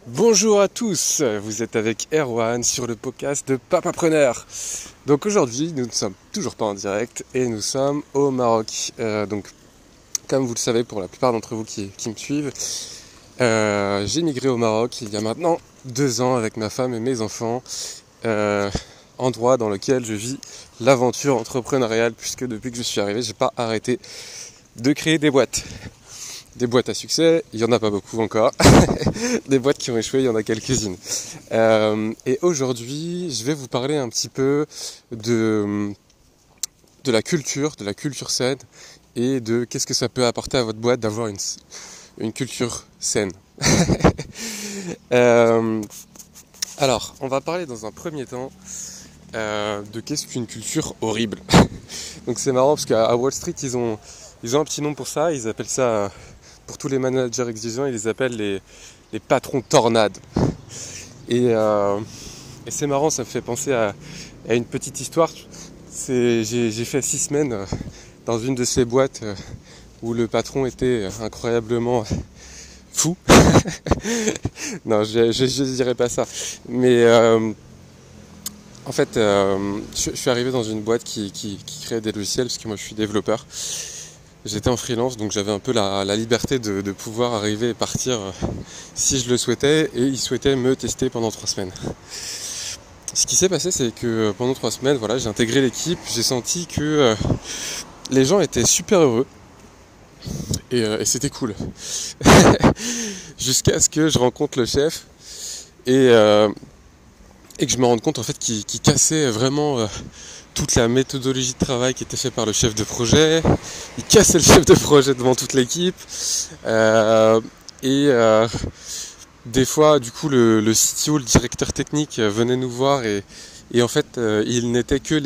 Bonjour à tous, vous êtes avec Erwan sur le podcast de Papapreneur. Donc aujourd'hui, nous ne sommes toujours pas en direct et nous sommes au Maroc. Donc, comme vous le savez pour la plupart d'entre vous qui me suivent, j'ai migré au Maroc il y a maintenant 2 ans avec ma femme et mes enfants, endroit dans lequel je vis l'aventure entrepreneuriale puisque depuis que je suis arrivé, j'ai pas arrêté de créer des boîtes. Des boîtes à succès, il n'y en a pas beaucoup encore. Des boîtes qui ont échoué, il y en a quelques-unes. Et aujourd'hui, je vais vous parler un petit peu de la culture saine et de qu'est-ce que ça peut apporter à votre boîte d'avoir une culture saine. Alors, on va parler dans un premier temps de qu'est-ce qu'une culture horrible. Donc c'est marrant parce qu'à Wall Street, ils ont un petit nom pour ça, ils appellent ça... Pour tous les managers exigeants, ils les appellent les patrons tornades. Et c'est marrant, ça me fait penser à une petite histoire. J'ai fait 6 semaines dans une de ces boîtes où le patron était incroyablement fou. Non, je dirais pas ça. Mais en fait, je suis arrivé dans une boîte qui crée des logiciels, parce que moi je suis développeur. J'étais en freelance, donc j'avais un peu la liberté de pouvoir arriver et partir si je le souhaitais, et ils souhaitaient me tester pendant 3 semaines. Ce qui s'est passé, c'est que pendant 3 semaines, voilà, j'ai intégré l'équipe, j'ai senti que les gens étaient super heureux, et c'était cool. Jusqu'à ce que je rencontre le chef, et que je me rende compte en fait qu'il cassait vraiment... toute la méthodologie de travail qui était faite par le chef de projet, il cassait le chef de projet devant toute l'équipe, des fois du coup le CTO, le directeur technique venait nous voir et en fait il n'était que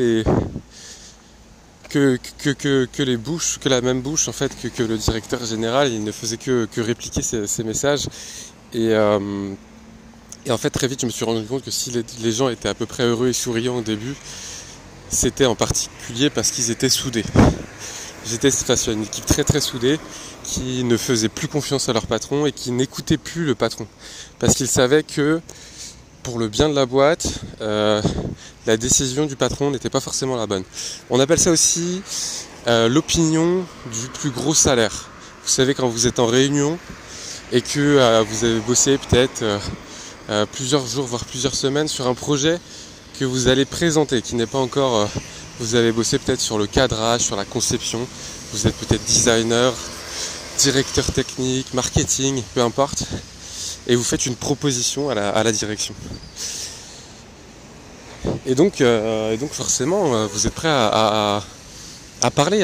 les bouches, que la même bouche en fait que le directeur général, il ne faisait que répliquer ces messages et en fait très vite je me suis rendu compte que si les gens étaient à peu près heureux et souriants au début, c'était en particulier parce qu'ils étaient soudés. J'étais face à une équipe très très soudée qui ne faisait plus confiance à leur patron et qui n'écoutait plus le patron. Parce qu'ils savaient que pour le bien de la boîte, la décision du patron n'était pas forcément la bonne. On appelle ça aussi l'opinion du plus gros salaire. Vous savez, quand vous êtes en réunion et que vous avez bossé peut-être plusieurs jours, voire plusieurs semaines sur un projet que vous allez présenter, qui n'est pas encore... vous avez bossé peut-être sur le cadrage, sur la conception, vous êtes peut-être designer, directeur technique, marketing, peu importe, et vous faites une proposition à la direction. Et donc forcément, vous êtes prêt à parler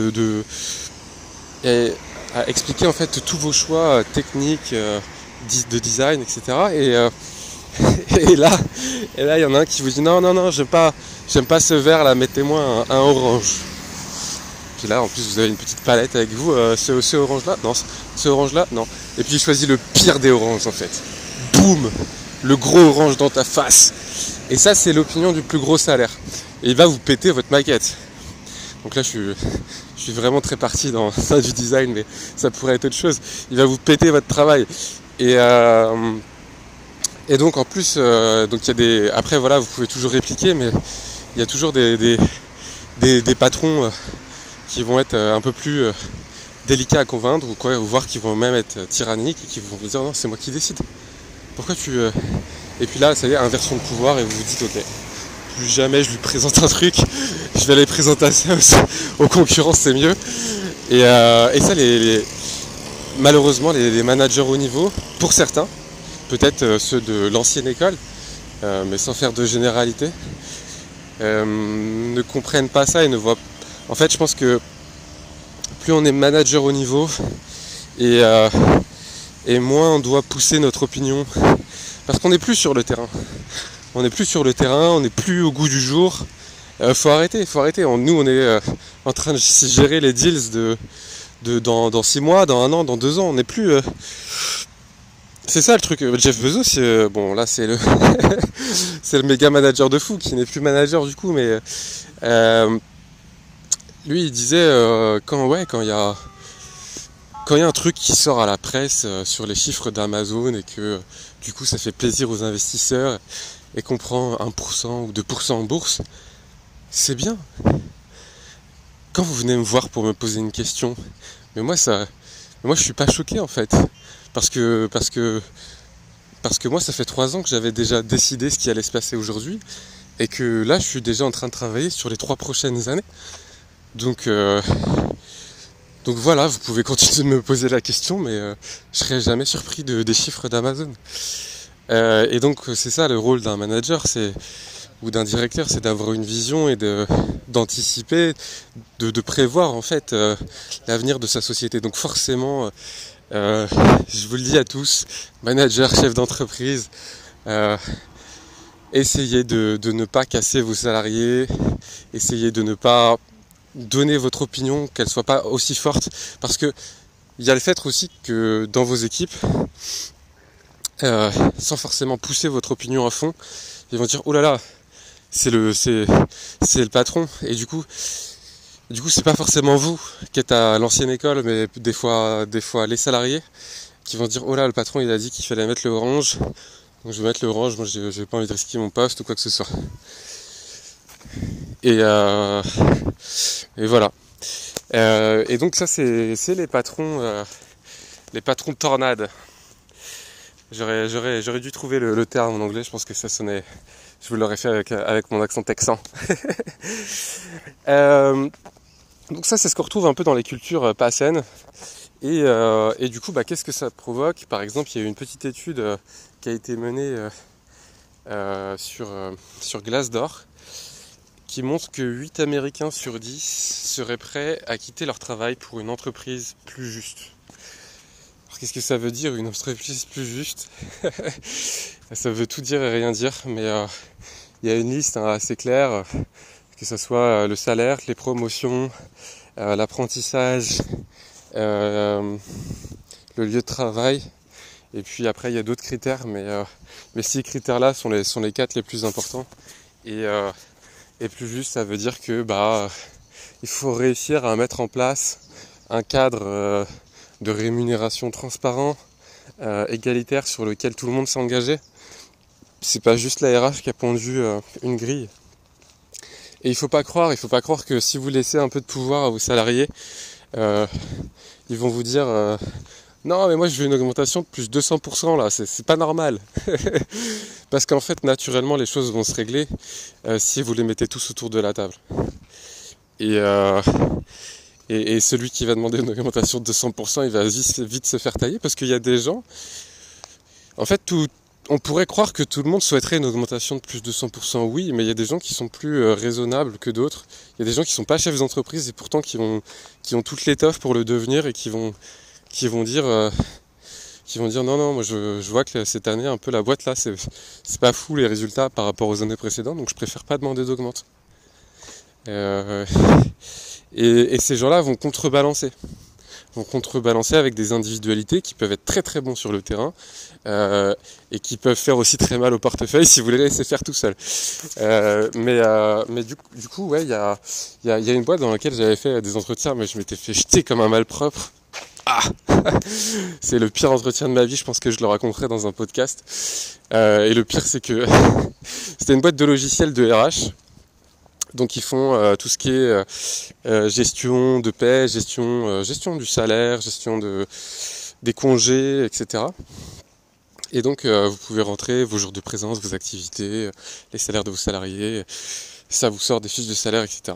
à expliquer en fait tous vos choix techniques, de design, etc. Et là, il y en a un qui vous dit non, j'aime pas ce vert là, mettez-moi un orange. Puis là, en plus, vous avez une petite palette avec vous, ce orange là, non, ce orange là, non. Et puis il choisit le pire des oranges en fait. Boum, le gros orange dans ta face. Et ça, c'est l'opinion du plus gros salaire. Et il va vous péter votre maquette. Donc là, je suis vraiment très parti dans ça du design, mais ça pourrait être autre chose. Il va vous péter votre travail. Et donc en plus, donc il y a des. Après voilà, vous pouvez toujours répliquer, mais il y a toujours des patrons qui vont être un peu plus délicats à convaincre, ou voire qui vont même être tyranniques et qui vont vous dire non, c'est moi qui décide. Pourquoi tu. Et puis là, ça y est, inversion de pouvoir, et vous vous dites ok, plus jamais je lui présente un truc, je vais aller présenter ça aux concurrents, c'est mieux. Et ça, malheureusement, les managers haut niveau, pour certains, peut-être ceux de l'ancienne école, mais sans faire de généralité, ne comprennent pas ça et ne voient... En fait, je pense que plus on est manager au niveau et moins on doit pousser notre opinion, parce qu'on n'est plus sur le terrain. On n'est plus sur le terrain, on n'est plus au goût du jour. Faut arrêter. Nous, on est en train de gérer les deals dans 6 mois, dans 1 an, dans 2 ans. On n'est plus... C'est ça le truc. Jeff Bezos, bon là c'est le c'est le méga manager de fou qui n'est plus manager du coup, mais lui il disait quand quand il y a un truc qui sort à la presse sur les chiffres d'Amazon et que du coup ça fait plaisir aux investisseurs et qu'on prend 1% ou 2% en bourse, c'est bien. Quand vous venez me voir pour me poser une question, mais moi je suis pas choqué en fait, parce que moi ça fait 3 ans que j'avais déjà décidé ce qui allait se passer aujourd'hui et que là je suis déjà en train de travailler sur les 3 prochaines années. Donc voilà, vous pouvez continuer de me poser la question, mais je serai jamais surpris des chiffres d'Amazon. Et donc c'est ça le rôle d'un manager, ou d'un directeur, c'est d'avoir une vision et d'anticiper, de prévoir en fait l'avenir de sa société. Donc forcément, je vous le dis à tous, manager, chef d'entreprise, essayez de ne pas casser vos salariés, essayez de ne pas donner votre opinion, qu'elle soit pas aussi forte, parce que il y a le fait aussi que dans vos équipes, sans forcément pousser votre opinion à fond, ils vont dire oh là là, c'est le patron, et du coup c'est pas forcément vous qui êtes à l'ancienne école, mais des fois les salariés qui vont dire oh là, le patron il a dit qu'il fallait mettre le orange, donc je vais mettre le orange, moi j'ai pas envie de risquer mon poste ou quoi que ce soit. Et voilà. Et donc ça c'est les patrons tornades. J'aurais dû trouver le terme en anglais, je pense que ça sonnait. Je vous l'aurais fait avec mon accent texan. Donc ça c'est ce qu'on retrouve un peu dans les cultures pas saines. Et du coup qu'est-ce que ça provoque? Par exemple, il y a eu une petite étude qui a été menée sur Glassdoor, qui montre que 8 Américains sur 10 seraient prêts à quitter leur travail pour une entreprise plus juste. Alors qu'est-ce que ça veut dire, une entreprise plus juste? Ça veut tout dire et rien dire, mais il y a une liste assez claire, que ce soit le salaire, les promotions, l'apprentissage, le lieu de travail, et puis après il y a d'autres critères, mais ces critères-là sont les 4 les plus importants. Et plus juste, ça veut dire que il faut réussir à mettre en place un cadre de rémunération transparent, égalitaire, sur lequel tout le monde s'est engagé. C'est pas juste la RH qui a pondu une grille. Et il faut pas croire que si vous laissez un peu de pouvoir à vos salariés, ils vont vous dire non mais moi je veux une augmentation de plus de 200% là, c'est pas normal. Parce qu'en fait naturellement les choses vont se régler si vous les mettez tous autour de la table. Et celui qui va demander une augmentation de 200%, il va vite se faire tailler, parce qu'il y a des gens, en fait on pourrait croire que tout le monde souhaiterait une augmentation de plus de 100%, oui, mais il y a des gens qui sont plus raisonnables que d'autres. Il y a des gens qui sont pas chefs d'entreprise et pourtant qui ont toute l'étoffe pour le devenir, et qui vont dire non, moi je vois que cette année un peu la boîte là c'est pas fou les résultats par rapport aux années précédentes, donc je préfère pas demander d'augmente. Et ces gens-là vont contrebalancer avec des individualités qui peuvent être très très bons sur le terrain, et qui peuvent faire aussi très mal au portefeuille si vous les laissez faire tout seul. Mais du coup ouais, il y a une boîte dans laquelle j'avais fait des entretiens, mais je m'étais fait jeter comme un malpropre. C'est le pire entretien de ma vie, je pense que je le raconterai dans un podcast. Et le pire c'est que c'était une boîte de logiciels de RH. Donc ils font tout ce qui est gestion de paie, gestion du salaire, gestion des congés, etc. Et donc vous pouvez rentrer vos jours de présence, vos activités, les salaires de vos salariés, ça vous sort des fiches de salaire, etc.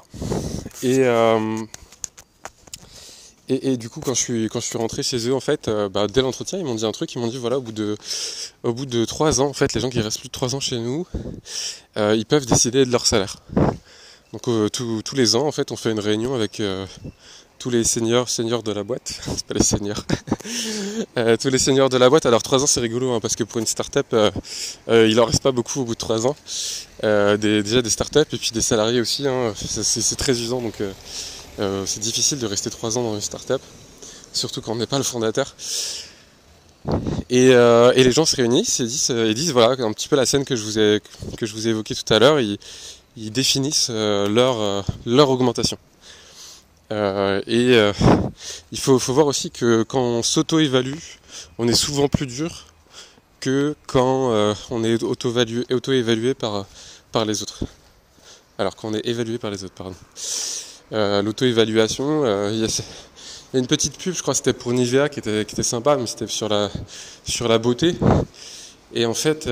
Et du coup quand je suis rentré chez eux, en fait, dès l'entretien ils m'ont dit un truc, ils m'ont dit voilà, au bout de 3 ans, en fait les gens qui restent plus de 3 ans chez nous, ils peuvent décider de leur salaire. Donc tous les ans en fait on fait une réunion avec tous les seniors de la boîte, c'est pas les seniors, tous les seniors de la boîte. Alors 3 ans c'est rigolo, parce que pour une start-up il en reste pas beaucoup au bout de 3 ans, déjà des start-up et puis des salariés aussi, c'est très usant, donc c'est difficile de rester 3 ans dans une start-up, surtout quand on n'est pas le fondateur. Et les gens se réunissent et disent voilà, un petit peu la scène que je vous ai évoquée tout à l'heure. Ils définissent leur augmentation. Il faut voir aussi que quand on s'auto-évalue, on est souvent plus dur que quand on est auto-évalué par les autres. Alors qu'on est évalué par les autres, pardon. L'auto-évaluation, il y a une petite pub, je crois que c'était pour Nivea qui était sympa, mais c'était sur la beauté. Et en fait,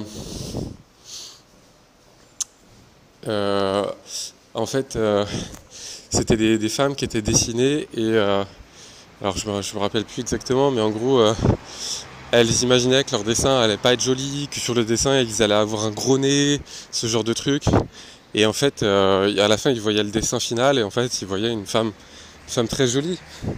c'était des femmes qui étaient dessinées et alors je me rappelle plus exactement, mais en gros, elles imaginaient que leur dessin allait pas être joli, que sur le dessin ils allaient avoir un gros nez, ce genre de truc. Et en fait, à la fin, ils voyaient le dessin final et en fait, ils voyaient une femme très jolie.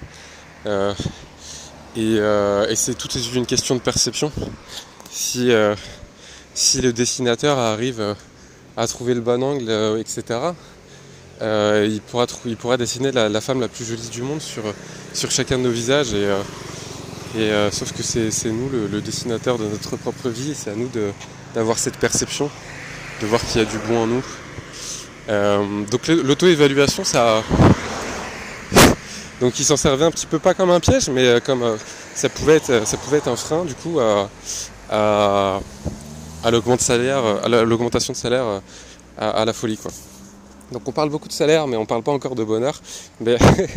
Et c'est tout une question de perception. Si le dessinateur arrive à trouver le bon angle, etc., il pourra dessiner la femme la plus jolie du monde sur chacun de nos visages. Sauf que c'est nous le dessinateur de notre propre vie, et c'est à nous d'avoir cette perception, de voir qu'il y a du bon en nous. Donc l'auto-évaluation, donc il s'en servait un petit peu, pas comme un piège, mais comme ça pouvait être un frein du coup à l'augmentation de salaire à la folie, quoi. Donc on parle beaucoup de salaire, mais on parle pas encore de bonheur. Mais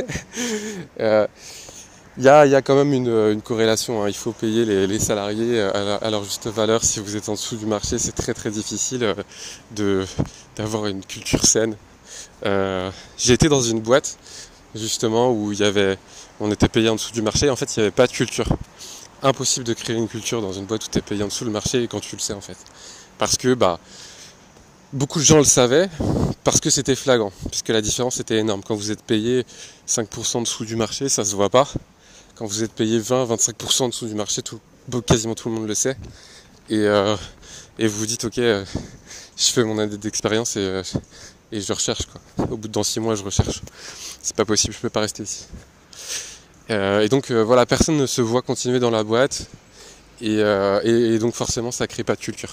il y a quand même une corrélation, hein. Il faut payer les salariés à leur juste valeur. Si vous êtes en dessous du marché, c'est très très difficile d'avoir une culture saine. J'ai été dans une boîte justement où on était payé en dessous du marché. En fait, il n'y avait pas de culture. Impossible de créer une culture dans une boîte où tu es payé en dessous du marché, et quand tu le sais en fait. Parce que beaucoup de gens le savaient, parce que c'était flagrant, puisque la différence était énorme. Quand vous êtes payé 5% en dessous du marché, ça se voit pas. Quand vous êtes payé 20-25% en dessous du marché, quasiment tout le monde le sait. Et vous vous dites, ok, je fais mon année d'expérience et je recherche, quoi. Au bout de 6 mois, je recherche. C'est pas possible, je peux pas rester ici. Et donc voilà, personne ne se voit continuer dans la boîte. Et donc forcément, ça crée pas de culture.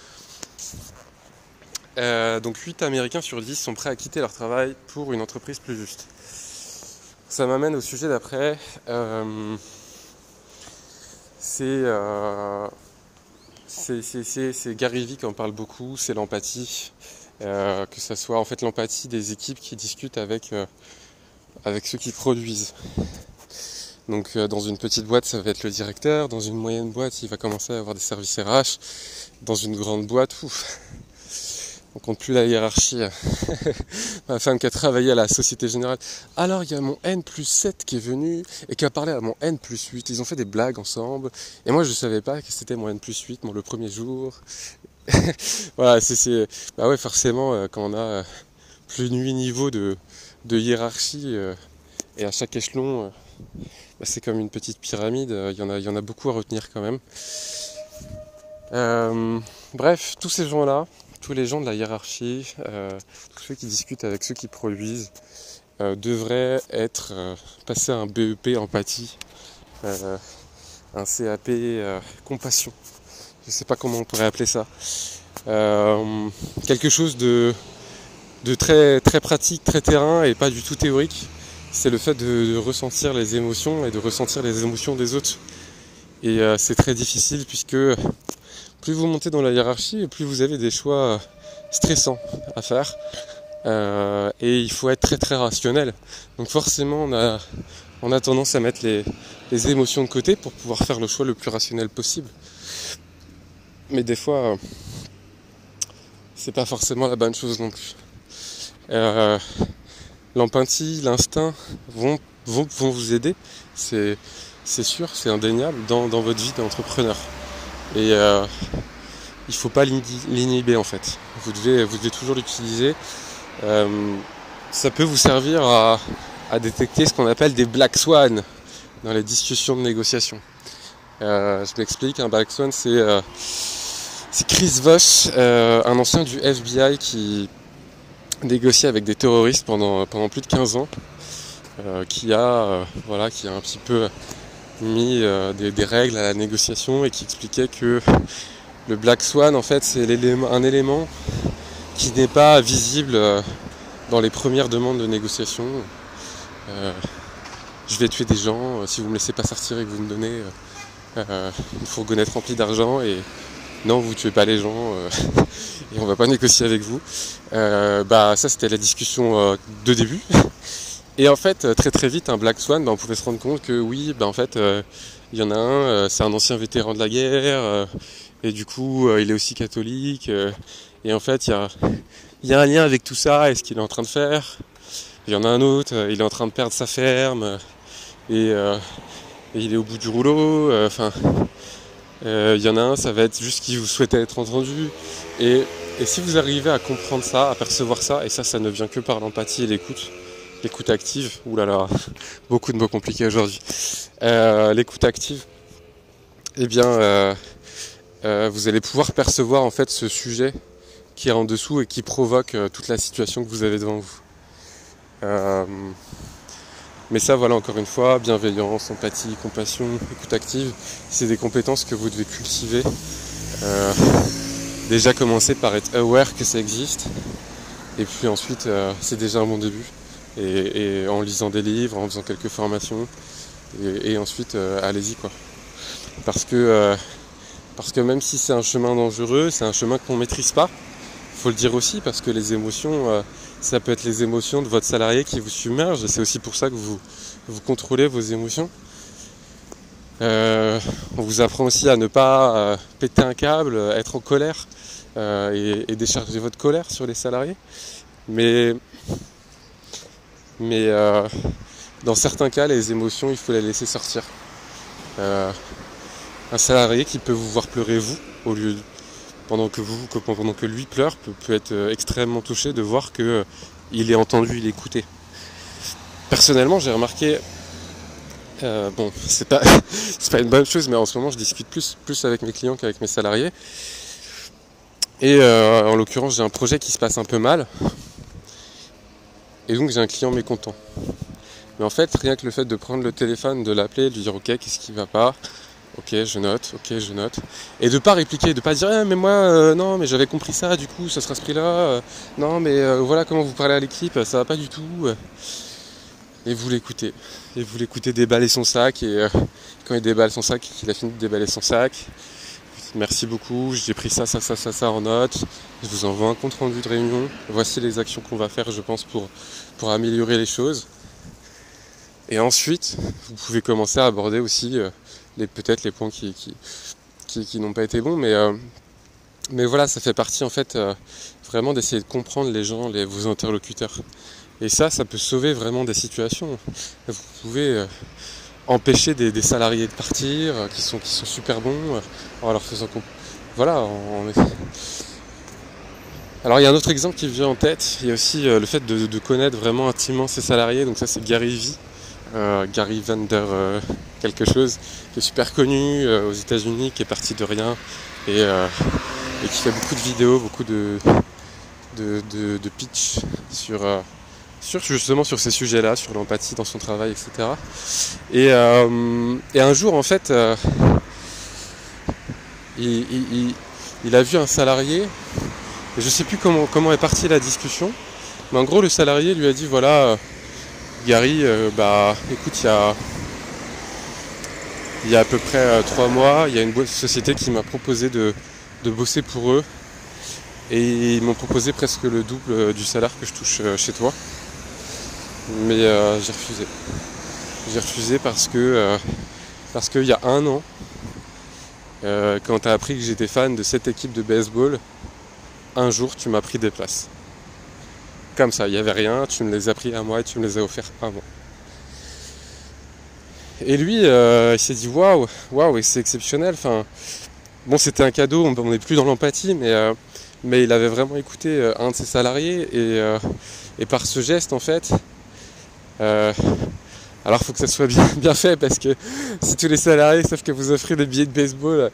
Donc 8 Américains sur 10 sont prêts à quitter leur travail pour une entreprise plus juste. Ça m'amène au sujet d'après. C'est Gary Vee qui en parle beaucoup, c'est l'empathie. Que ça soit en fait l'empathie des équipes qui discutent avec ceux qui produisent. Donc dans une petite boîte, ça va être le directeur. Dans une moyenne boîte, il va commencer à avoir des services RH. Dans une grande boîte, on compte plus la hiérarchie. Ma femme qui a travaillé à la Société Générale. Alors il y a mon N+7 qui est venu et qui a parlé à mon N+8. Ils ont fait des blagues ensemble. Et moi je savais pas que c'était mon N+8, le premier jour. Voilà, bah ouais, forcément, quand on a plus de 8 niveaux de hiérarchie et à chaque échelon, c'est comme une petite pyramide. Il y en a beaucoup à retenir quand même. Bref, tous ces gens-là, tous les gens de la hiérarchie, tous ceux qui discutent avec ceux qui produisent, devraient passer un BEP empathie, un CAP compassion. Je ne sais pas comment on pourrait appeler ça. Quelque chose de très, très pratique, très terrain et pas du tout théorique. C'est le fait de ressentir les émotions et de ressentir les émotions des autres. Et c'est très difficile puisque plus vous montez dans la hiérarchie, plus vous avez des choix stressants à faire. Et il faut être très très rationnel. Donc forcément on a tendance à mettre les émotions de côté pour pouvoir faire le choix le plus rationnel possible. Mais des fois, c'est pas forcément la bonne chose non plus. L'empathie, l'instinct vont vous aider, c'est sûr, c'est indéniable dans votre vie d'entrepreneur. Et il faut pas l'inhiber en fait. Vous devez toujours l'utiliser. Ça peut vous servir à détecter ce qu'on appelle des black swans dans les discussions de négociation. Je m'explique, un black swan c'est Chris Voss, un ancien du FBI qui négociait avec des terroristes pendant plus de 15 ans, qui a un petit peu mis des règles à la négociation et qui expliquait que le black swan en fait c'est un élément qui n'est pas visible dans les premières demandes de négociation. je vais tuer des gens si vous me laissez pas sortir et que vous me donnez une fourgonnette remplie d'argent, et non, vous tuez pas les gens et on va pas négocier avec vous. Ça c'était la discussion de début. Et en fait, très très vite, un Black Swan, on pouvait se rendre compte que oui, en fait, il y en a un, c'est un ancien vétéran de la guerre, et du coup, il est aussi catholique, et en fait, il y a un lien avec tout ça et ce qu'il est en train de faire. Il y en a un autre, il est en train de perdre sa ferme, et il est au bout du rouleau, il y en a un, ça va être juste qu'il vous souhaitait être entendu, et si vous arrivez à comprendre ça, à percevoir ça, et ça ne vient que par l'empathie et l'écoute active, oulala, beaucoup de mots compliqués aujourd'hui, l'écoute active, eh bien, vous allez pouvoir percevoir en fait ce sujet qui est en dessous et qui provoque toute la situation que vous avez devant vous. Mais ça, voilà, encore une fois, bienveillance, empathie, compassion, écoute active, c'est des compétences que vous devez cultiver. Déjà commencer par être aware que ça existe, et puis ensuite, c'est déjà un bon début. Et en lisant des livres, en faisant quelques formations, et ensuite, allez-y, quoi. Parce que même si c'est un chemin dangereux, c'est un chemin qu'on ne maîtrise pas. Faut le dire aussi, parce que les émotions, ça peut être les émotions de votre salarié qui vous submergent, et c'est aussi pour ça que vous contrôlez vos émotions. On vous apprend aussi à ne pas péter un câble, être en colère, et décharger votre colère sur les salariés. Mais dans certains cas, les émotions, il faut les laisser sortir. Un salarié qui peut vous voir pleurer vous, au lieu pendant que lui pleure, peut être extrêmement touché de voir que il est entendu, il est écouté. Personnellement, j'ai remarqué, c'est pas une bonne chose, mais en ce moment, je discute plus avec mes clients qu'avec mes salariés. Et en l'occurrence, j'ai un projet qui se passe un peu mal, et donc j'ai un client mécontent. Mais en fait, rien que le fait de prendre le téléphone, de l'appeler, de lui dire ok, qu'est-ce qui va pas, ok, je note, et de pas répliquer, de pas dire mais moi non, mais j'avais compris ça, du coup ça sera ce prix-là, non mais voilà comment vous parlez à l'équipe, ça va pas du tout, et vous l'écoutez, déballer son sac, et quand il déballe son sac, qu'il a fini de déballer son sac, merci beaucoup, j'ai pris ça en note, je vous envoie un compte rendu de réunion, voici les actions qu'on va faire, je pense, pour améliorer les choses. Et ensuite, vous pouvez commencer à aborder aussi peut-être les points qui n'ont pas été bons, mais voilà, ça fait partie en fait vraiment d'essayer de comprendre les gens, vos interlocuteurs. Et ça peut sauver vraiment des situations. Vous pouvez empêcher des salariés de partir, qui sont super bons, en leur faisant voilà. Alors il y a un autre exemple qui me vient en tête, il y a aussi le fait de connaître vraiment intimement ses salariés, donc ça c'est Gary V. Gary Vander quelque chose, qui est super connu aux États-Unis, qui est parti de rien, et qui fait beaucoup de vidéos, beaucoup de pitch justement sur ces sujets-là, sur l'empathie dans son travail, etc. Et un jour, en fait, il a vu un salarié, et je sais plus comment est partie la discussion, mais en gros, le salarié lui a dit voilà. Gary, écoute, il y a à peu près 3 mois, il y a une société qui m'a proposé de bosser pour eux, et ils m'ont proposé presque le double du salaire que je touche chez toi, mais j'ai refusé. J'ai refusé parce que il y a 1 an, quand tu as appris que j'étais fan de cette équipe de baseball, un jour tu m'as pris des places. Comme ça, il n'y avait rien, tu me les as pris à moi et tu me les as offerts à moi. Et lui, il s'est dit waouh, et c'est exceptionnel. Enfin, bon, c'était un cadeau, on n'est plus dans l'empathie, mais il avait vraiment écouté un de ses salariés, et par ce geste, en fait, alors il faut que ça soit bien fait, parce que si tous les salariés savent que vous offrez des billets de baseball,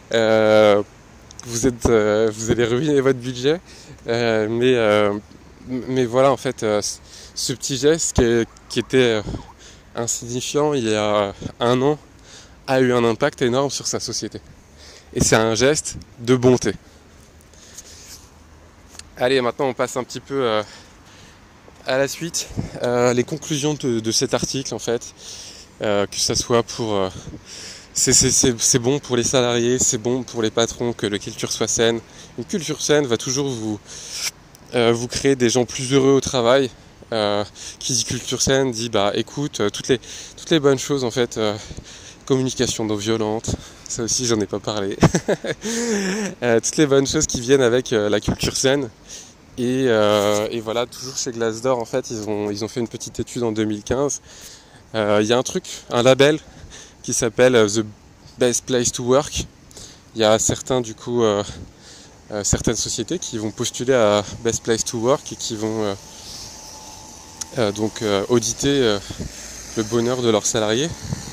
vous allez ruiner votre budget, mais voilà, en fait, ce petit geste qui était insignifiant il y a 1 an a eu un impact énorme sur sa société. Et c'est un geste de bonté. Allez, maintenant on passe un petit peu à la suite les conclusions de cet article en fait, que ça soit pour c'est bon pour les salariés, c'est bon pour les patrons que la culture soit saine. Une culture saine va toujours vous créer des gens plus heureux au travail. Qui dit culture saine dit bah écoute, toutes les bonnes choses en fait, communication non violente, ça aussi j'en ai pas parlé. Toutes les bonnes choses qui viennent avec la culture saine. Et voilà, toujours chez Glassdoor en fait, ils ont fait une petite étude en 2015. Il y a un label qui s'appelle The Best Place to Work. Il y a certaines sociétés qui vont postuler à Best Place to Work et qui vont auditer le bonheur de leurs salariés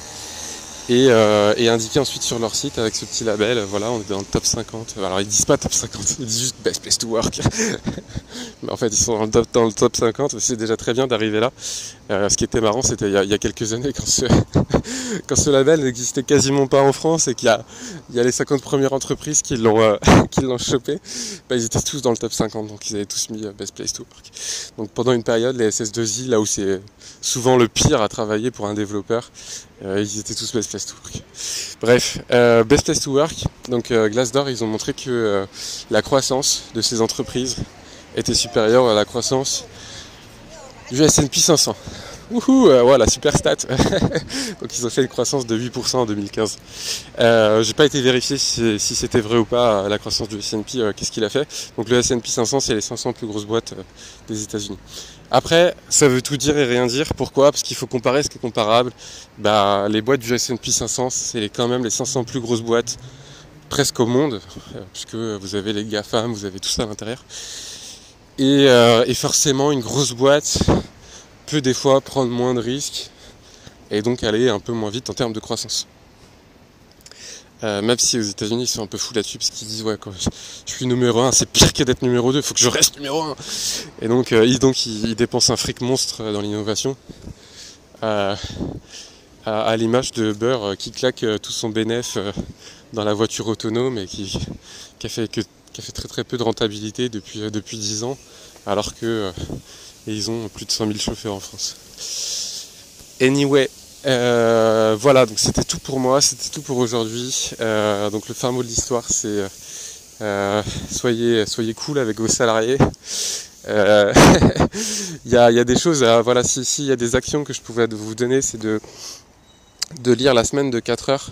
et indiquer ensuite sur leur site avec ce petit label, voilà, on est dans le top 50. Alors ils disent pas top 50, ils disent juste Best Place to Work. Mais en fait ils sont dans le top 50, c'est déjà très bien d'arriver là. Ce qui était marrant, c'était il y a quelques années quand ce label n'existait quasiment pas en France et qu'il y a les 50 premières entreprises qui l'ont chopé, bah, ils étaient tous dans le top 50, donc ils avaient tous mis Best Place to Work. Donc pendant une période, les SS2I, là où c'est souvent le pire à travailler pour un développeur, ils étaient tous Best Place to Work. Bref, Best Place to Work, donc Glassdoor, ils ont montré que la croissance de ces entreprises était supérieure à la croissance du S&P 500. Wouhou, voilà, super stat. Donc ils ont fait une croissance de 8% en 2015. J'ai pas été vérifié si c'était vrai ou pas la croissance du S&P, qu'est-ce qu'il a fait. Donc le S&P 500, c'est les 500 plus grosses boîtes des États-Unis. Après, ça veut tout dire et rien dire. Pourquoi ? Parce qu'il faut comparer ce qui est comparable. Bah, les boîtes du S&P 500, c'est quand même les 500 plus grosses boîtes presque au monde, puisque vous avez les GAFAM, vous avez tout ça à l'intérieur. Et forcément, une grosse boîte peut des fois prendre moins de risques et donc aller un peu moins vite en termes de croissance. Même si aux États-Unis ils sont un peu fous là-dessus parce qu'ils disent ouais, quand je suis numéro 1, c'est pire que d'être numéro 2, il faut que je reste numéro 1. Et donc ils dépensent un fric monstre dans l'innovation. À l'image de Uber qui claque tout son bénéf dans la voiture autonome et qui a fait très très peu de rentabilité depuis 10 ans, alors que ils ont plus de 100 000 chauffeurs en France. Anyway, voilà, donc c'était tout pour moi, c'était tout pour aujourd'hui. Donc le fin mot de l'histoire, c'est soyez cool avec vos salariés. Il y a des choses, voilà, s'il y a des actions que je pouvais vous donner, c'est de lire La semaine de 4 heures.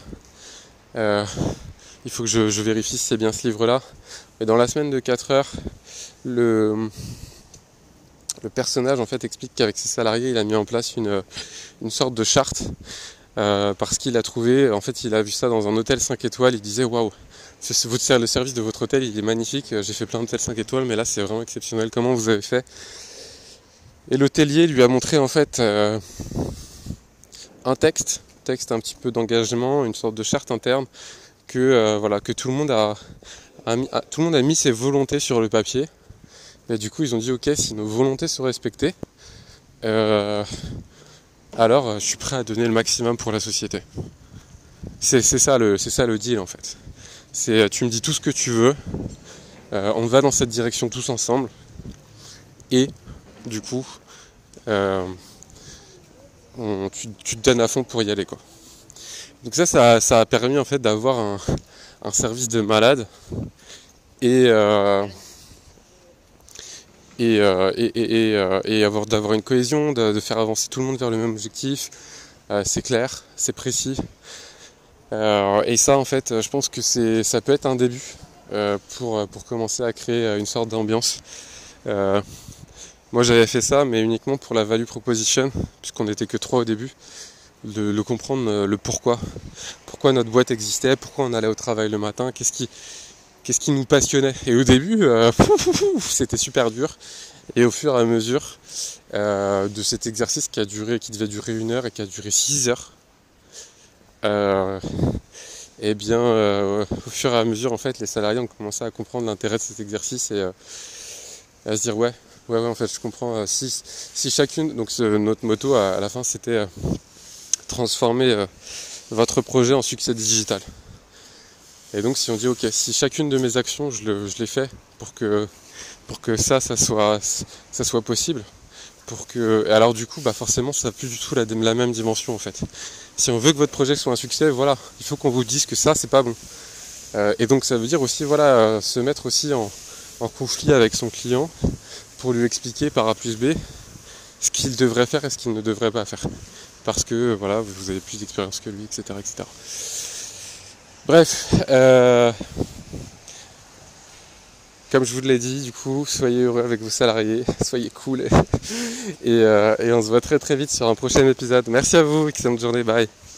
Il faut que je vérifie si c'est bien ce livre-là. Mais dans La semaine de 4 heures, le personnage en fait explique qu'avec ses salariés, il a mis en place une sorte de charte parce qu'il a trouvé, en fait, il a vu ça dans un hôtel 5 étoiles. Il disait waouh, le service de votre hôtel, il est magnifique. J'ai fait plein d'hôtels 5 étoiles, mais là, c'est vraiment exceptionnel. Comment vous avez fait ? Et l'hôtelier lui a montré en fait un texte un petit peu d'engagement, une sorte de charte interne que tout le monde a mis ses volontés sur le papier. Et du coup, ils ont dit ok, si nos volontés sont respectées, alors je suis prêt à donner le maximum pour la société. C'est ça le deal en fait. C'est tu me dis tout ce que tu veux, on va dans cette direction tous ensemble, et du coup, tu te donnes à fond pour y aller quoi. Donc ça a permis en fait d'avoir un service de malade et d'avoir une cohésion, de faire avancer tout le monde vers le même objectif. C'est clair, c'est précis. Et ça en fait, je pense que ça peut être un début pour commencer à créer une sorte d'ambiance. Moi j'avais fait ça, mais uniquement pour la value proposition, puisqu'on n'était que 3 au début. De comprendre le pourquoi notre boîte existait, pourquoi on allait au travail le matin, qu'est-ce qui nous passionnait. Et au début, c'était super dur. Et au fur et à mesure de cet exercice qui devait durer 1 heure et qui a duré 6 heures, au fur et à mesure, en fait, les salariés ont commencé à comprendre l'intérêt de cet exercice et à se dire ouais, en fait, je comprends. Si chacune, donc notre motto à la fin, c'était transformer votre projet en succès digital. Et donc si on dit ok, si chacune de mes actions je l'ai fait pour que ça soit possible, Alors du coup, forcément, ça n'a plus du tout la même dimension en fait. Si on veut que votre projet soit un succès, voilà, il faut qu'on vous dise que ça, c'est pas bon. Et donc ça veut dire aussi, voilà, se mettre aussi en conflit avec son client pour lui expliquer par A plus B ce qu'il devrait faire et ce qu'il ne devrait pas faire. Parce que voilà, vous avez plus d'expérience que lui, etc. etc. Bref, comme je vous l'ai dit, du coup, soyez heureux avec vos salariés, soyez cool et on se voit très très vite sur un prochain épisode. Merci à vous, excellente journée, bye.